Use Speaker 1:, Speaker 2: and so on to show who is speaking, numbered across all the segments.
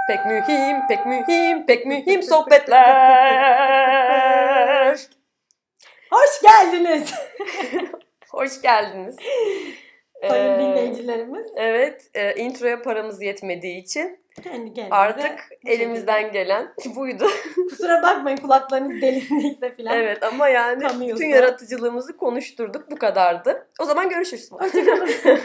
Speaker 1: Pek mühim, pek mühim, pek mühim sohbetler.
Speaker 2: Hoş geldiniz.
Speaker 1: Hoş geldiniz.
Speaker 2: Sayın dinleyicilerimiz.
Speaker 1: Evet, introya paramız yetmediği için
Speaker 2: Kendi
Speaker 1: artık elimizden gelen buydu.
Speaker 2: Kusura bakmayın kulaklarınız delindiyse falan.
Speaker 1: Evet ama yani bütün yaratıcılığımızı konuşturduk, bu kadardı. O zaman görüşürüz.
Speaker 2: Hoşçakalın.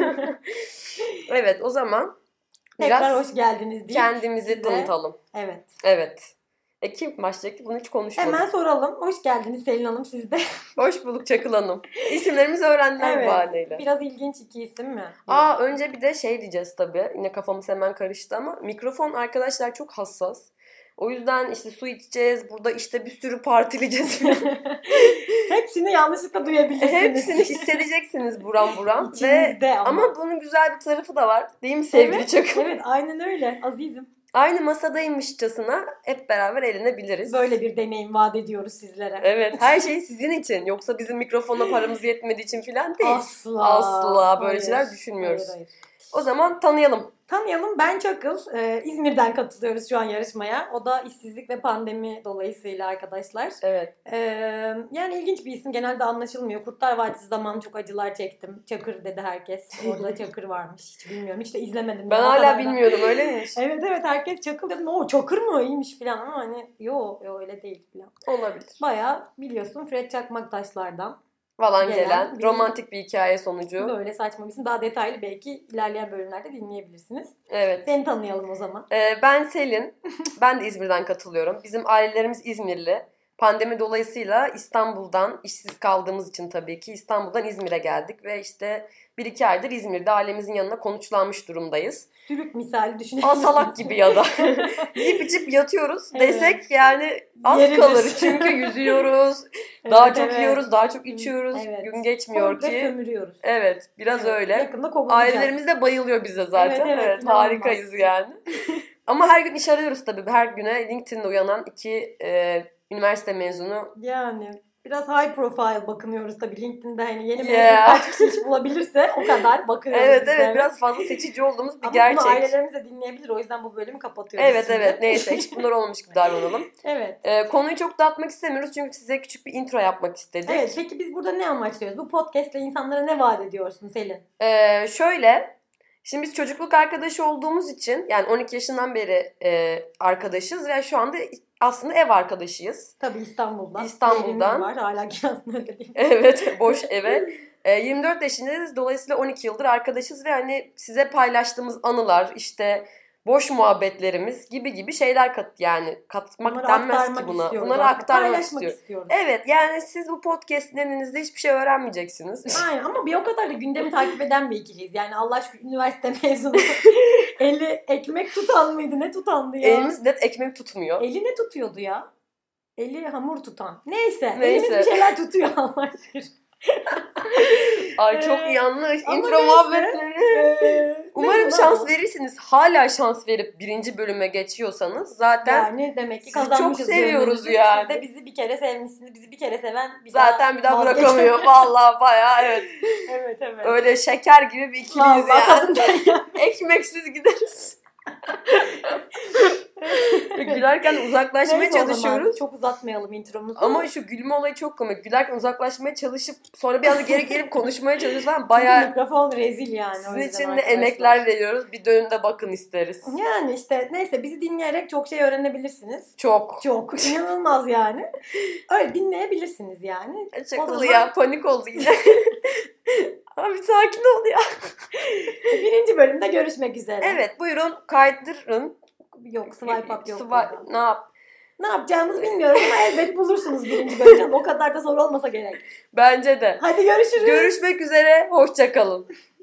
Speaker 1: Evet, o zaman
Speaker 2: tekrar
Speaker 1: biraz
Speaker 2: hoş geldiniz diye
Speaker 1: kendimizi tanıtalım.
Speaker 2: Evet.
Speaker 1: Kim başlayacaktı? Bunu hiç konuşmadık.
Speaker 2: Hemen soralım. Hoş geldiniz Selin Hanım, siz de.
Speaker 1: Hoş bulduk Çakıl Hanım. İsimlerimizi öğrendiler bu haliyle.
Speaker 2: Biraz ilginç iki isim mi?
Speaker 1: Önce bir de şey diyeceğiz tabii. Yine kafamız hemen karıştı ama mikrofon arkadaşlar çok hassas. O yüzden işte su içeceğiz. Burada işte bir sürü partileyeceğiz.
Speaker 2: Hepsini yanlışlıkla duyabilirsiniz.
Speaker 1: Hepsini hissedeceksiniz buram buram.
Speaker 2: İçinizde
Speaker 1: ama bunun güzel bir tarafı da var. Değil mi sevgili Çakıl?
Speaker 2: Evet, aynen öyle azizim.
Speaker 1: Aynı masadaymışçasına hep beraber eğlenebiliriz.
Speaker 2: Böyle bir deneyim vaat ediyoruz sizlere.
Speaker 1: Evet, her şey sizin için. Yoksa bizim mikrofona paramız yetmediği için falan değil.
Speaker 2: Asla.
Speaker 1: Böyle şeyler düşünmüyoruz.
Speaker 2: Hayır.
Speaker 1: O zaman tanıyalım.
Speaker 2: Ben Çakıl. İzmir'den katılıyoruz şu an yarışmaya. O da işsizlik ve pandemi dolayısıyla arkadaşlar.
Speaker 1: Evet.
Speaker 2: Yani ilginç bir isim. Genelde anlaşılmıyor. Kurtlar Vadisi zamanı çok acılar çektim. Çakır dedi herkes. Orada Çakır varmış. Hiç bilmiyorum. Hiç de izlemedim.
Speaker 1: Ben hala bilmiyordum, öyle miymiş?
Speaker 2: Evet herkes Çakıl dedim. O Çakır mı? İyiymiş falan ama hani yo öyle değil falan.
Speaker 1: Olabilir.
Speaker 2: Bayağı biliyorsun Fred Çakmaktaşlardan
Speaker 1: falan gelen romantik bir hikaye sonucu.
Speaker 2: Böyle saçma bir isim. Daha detaylı belki ilerleyen bölümlerde dinleyebilirsiniz.
Speaker 1: Evet.
Speaker 2: Seni tanıyalım o zaman.
Speaker 1: Ben Selin. Ben de İzmir'den katılıyorum. Bizim ailelerimiz İzmirli. Pandemi dolayısıyla İstanbul'dan, işsiz kaldığımız için tabii ki İstanbul'dan İzmir'e geldik. Ve işte 1-2 aydır İzmir'de ailemizin yanına konuşlanmış durumdayız.
Speaker 2: Sülük misali düşünebilirsiniz.
Speaker 1: Salak gibi ya da. Yiyip içip yatıyoruz desek yani az yeridir. Kalır. Çünkü yüzüyoruz, daha çok yiyoruz, daha çok içiyoruz. Gün geçmiyor
Speaker 2: komple
Speaker 1: ki.
Speaker 2: sömürüyoruz.
Speaker 1: Evet, biraz öyle.
Speaker 2: Yakında kovulacağız.
Speaker 1: Ailelerimiz de bayılıyor bize zaten. Evet, harikayız yani. Ama her gün iş arıyoruz tabii. Her güne LinkedIn'de uyanan 2 üniversite mezunu.
Speaker 2: Yani biraz high profile bakınıyoruz tabii LinkedIn'de, hani yeni mezun kaç kişi iş bulabilirse o kadar bakıyoruz.
Speaker 1: Evet biraz fazla seçici olduğumuz bir gerçek.
Speaker 2: Ama bunu ailelerimiz de dinleyebilir, o yüzden bu bölümü kapatıyoruz.
Speaker 1: Evet neyse hiç bunlar olmamış gibi davranalım.
Speaker 2: Evet.
Speaker 1: Konuyu çok dağıtmak istemiyoruz çünkü size küçük bir intro yapmak istedik.
Speaker 2: Evet, peki biz burada ne amaçlıyoruz? Bu podcastle insanlara ne vaat ediyorsun Selin?
Speaker 1: Şöyle, şimdi biz çocukluk arkadaşı olduğumuz için yani 12 yaşından beri arkadaşız ve şu anda aslında ev arkadaşıyız.
Speaker 2: Tabii İstanbul'dan.
Speaker 1: İstanbul'dan.
Speaker 2: Var hala kirasını ödediğimiz.
Speaker 1: Evet, boş eve. 24 yaşındayız. Dolayısıyla 12 yıldır arkadaşız ve hani size paylaştığımız anılar, işte boş muhabbetlerimiz gibi şeyler katmak bunları denmez ki buna. Bunları aktarmak istiyoruz. Evet, yani siz bu podcast dinlediğinizde hiçbir şey öğrenmeyeceksiniz.
Speaker 2: Aynen, ama bir o kadar da gündemi takip eden bir ikiliyiz. Yani Allah aşkına üniversite mezunu. Eli ekmek tutan mıydı? Ne tutandı ya?
Speaker 1: Elimiz net ekmek tutmuyor.
Speaker 2: Eli ne tutuyordu ya? Eli hamur tutan. Neyse. Elimiz bir şeyler tutuyor Allah aşkına.
Speaker 1: Ay çok yanlış. İntro muhabbetleri. Umarım şans verirsiniz. Hala şans verip 1. bölüme geçiyorsanız zaten
Speaker 2: yani demek ki kazanmışız.
Speaker 1: Çok seviyoruz yani.
Speaker 2: Siz de bizi bir kere sevmişsiniz. Bizi bir kere seven
Speaker 1: zaten bir daha bırakamıyor. Vallahi bayağı evet.
Speaker 2: Evet.
Speaker 1: Öyle şeker gibi bir ikiliyiz yani. Ekmeksiz gideriz. Gülerken uzaklaşmaya çalışıyoruz.
Speaker 2: Çok uzatmayalım intromuzu.
Speaker 1: Ama şu gülme olayı çok komik. Gülerken uzaklaşmaya çalışıp sonra bir anda geri gelip konuşmaya çalışıyoruz falan. Bayağı
Speaker 2: mikrofon rezil yani.
Speaker 1: Sizin için de emekler veriyoruz. Bir dönün de bakın isteriz.
Speaker 2: Yani işte neyse, bizi dinleyerek çok şey öğrenebilirsiniz.
Speaker 1: Çok.
Speaker 2: İnanılmaz yani. Öyle dinleyebilirsiniz yani.
Speaker 1: Çakılı ya, panik oldu yine. Abi sakin ol ya.
Speaker 2: 1. bölümde görüşmek üzere.
Speaker 1: Evet, buyurun kaydırın.
Speaker 2: Yok, swipe up yok.
Speaker 1: Ne
Speaker 2: yapacağımızı bilmiyorum ama elbet bulursunuz 1. bölümde. O kadar da zor olmasa gerek.
Speaker 1: Bence de.
Speaker 2: Hadi görüşürüz.
Speaker 1: Görüşmek üzere. Hoşça kalın.